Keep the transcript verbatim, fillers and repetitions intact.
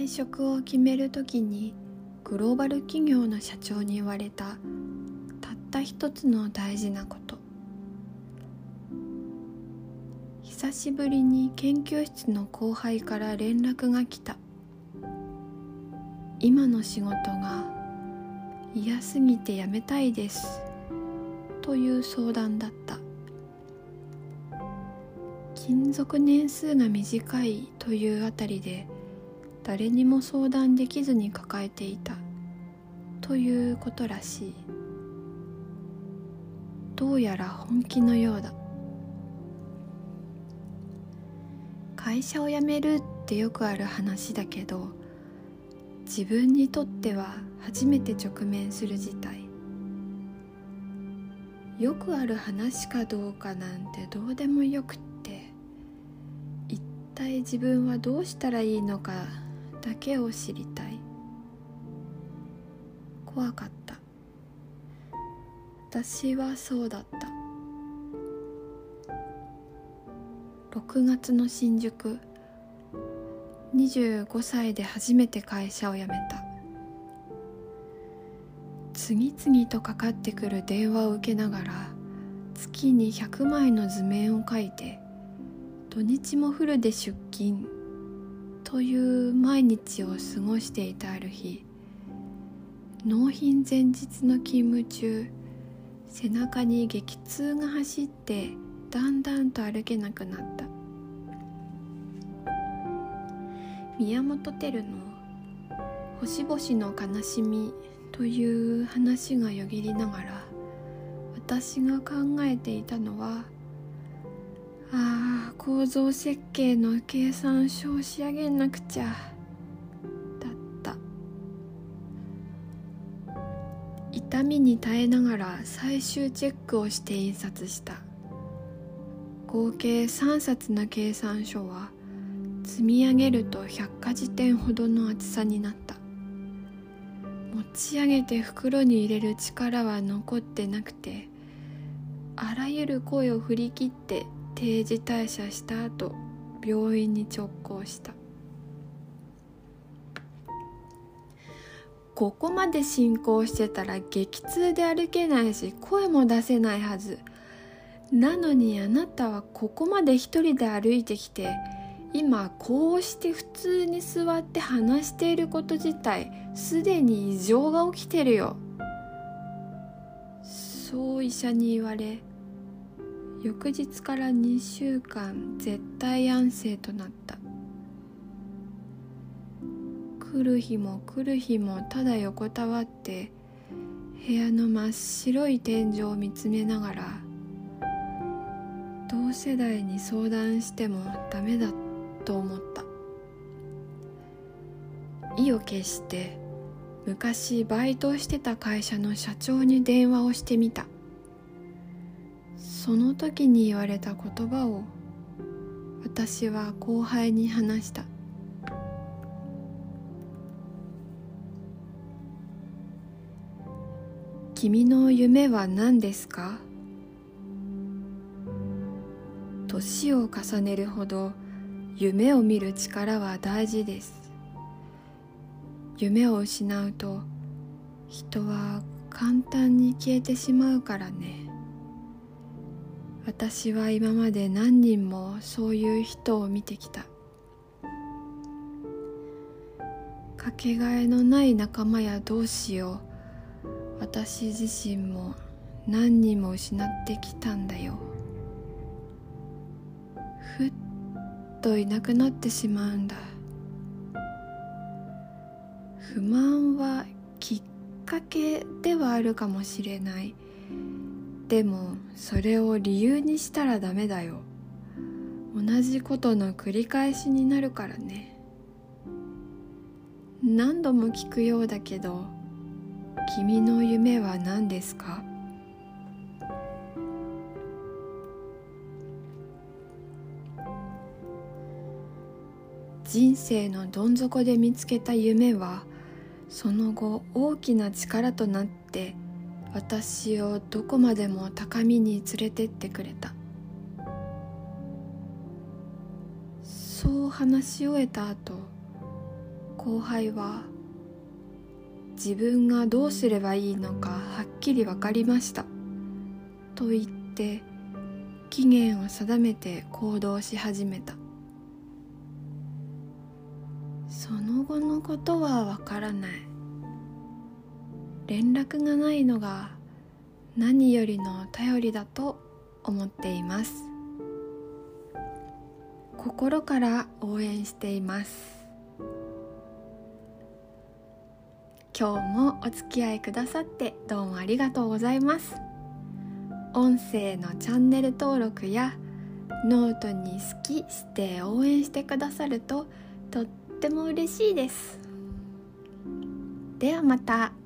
退職を決めるときにグローバル企業の社長に言われたたった一つの大事なこと。久しぶりに研究室の後輩から連絡が来た。今の仕事が嫌すぎて辞めたいですという相談だった。勤続年数が短いというあたりで誰にも相談できずに抱えていたということらしい。どうやら本気のようだ。会社を辞めるってよくある話だけど、自分にとっては初めて直面する事態。よくある話かどうかなんてどうでもよくって、一体自分はどうしたらいいのかだけを知りたい。怖かった。私はそうだった。ろくがつの新宿、にじゅうごさいで初めて会社を辞めた。次々とかかってくる電話を受けながら、月にひゃくまいの図面を描いて、土日もフルで出勤という毎日を過ごしていたある日、納品前日の勤務中、背中に激痛が走ってだんだんと歩けなくなった。宮本照の星々の悲しみという話がよぎりながら、私が考えていたのは、ああ構造設計の計算書を仕上げなくちゃだった。痛みに耐えながら最終チェックをして印刷した。合計さんさつの計算書は積み上げると百科事典ほどの厚さになった。持ち上げて袋に入れる力は残ってなくて、あらゆる声を振り切って定時退社した後、病院に直行した。ここまで進行してたら激痛で歩けないし声も出せないはず。なのにあなたはここまで一人で歩いてきて、今こうして普通に座って話していること自体すでに異常が起きてるよ。そう医者に言われ、翌日からにしゅうかん絶対安静となった。来る日も来る日もただ横たわって部屋の真っ白い天井を見つめながら、同世代に相談してもダメだと思った。意を決して昔バイトしてた会社の社長に電話をしてみた。その時に言われた言葉を私は後輩に話した。君の夢は何ですか？年を重ねるほど夢を見る力は大事です。夢を失うと人は簡単に消えてしまうからね。私は今まで何人もそういう人を見てきた。かけがえのない仲間や同志を私自身も何人も失ってきたんだよ。ふっといなくなってしまうんだ。不満はきっかけではあるかもしれない。でもそれを理由にしたらダメだよ。同じことの繰り返しになるからね。何度も聞くようだけど、君の夢は何ですか？人生のどん底で見つけた夢は、その後大きな力となって私をどこまでも高みに連れてってくれた。そう話し終えた後、 後輩は自分がどうすればいいのかはっきり分かりましたと言って期限を定めて行動し始めた。その後のことは分からない。連絡がないのが何よりの頼りだと思っています。心から応援しています。今日もお付き合いくださってどうもありがとうございます。音声のチャンネル登録やノートに好きして応援してくださるととっても嬉しいです。ではまた。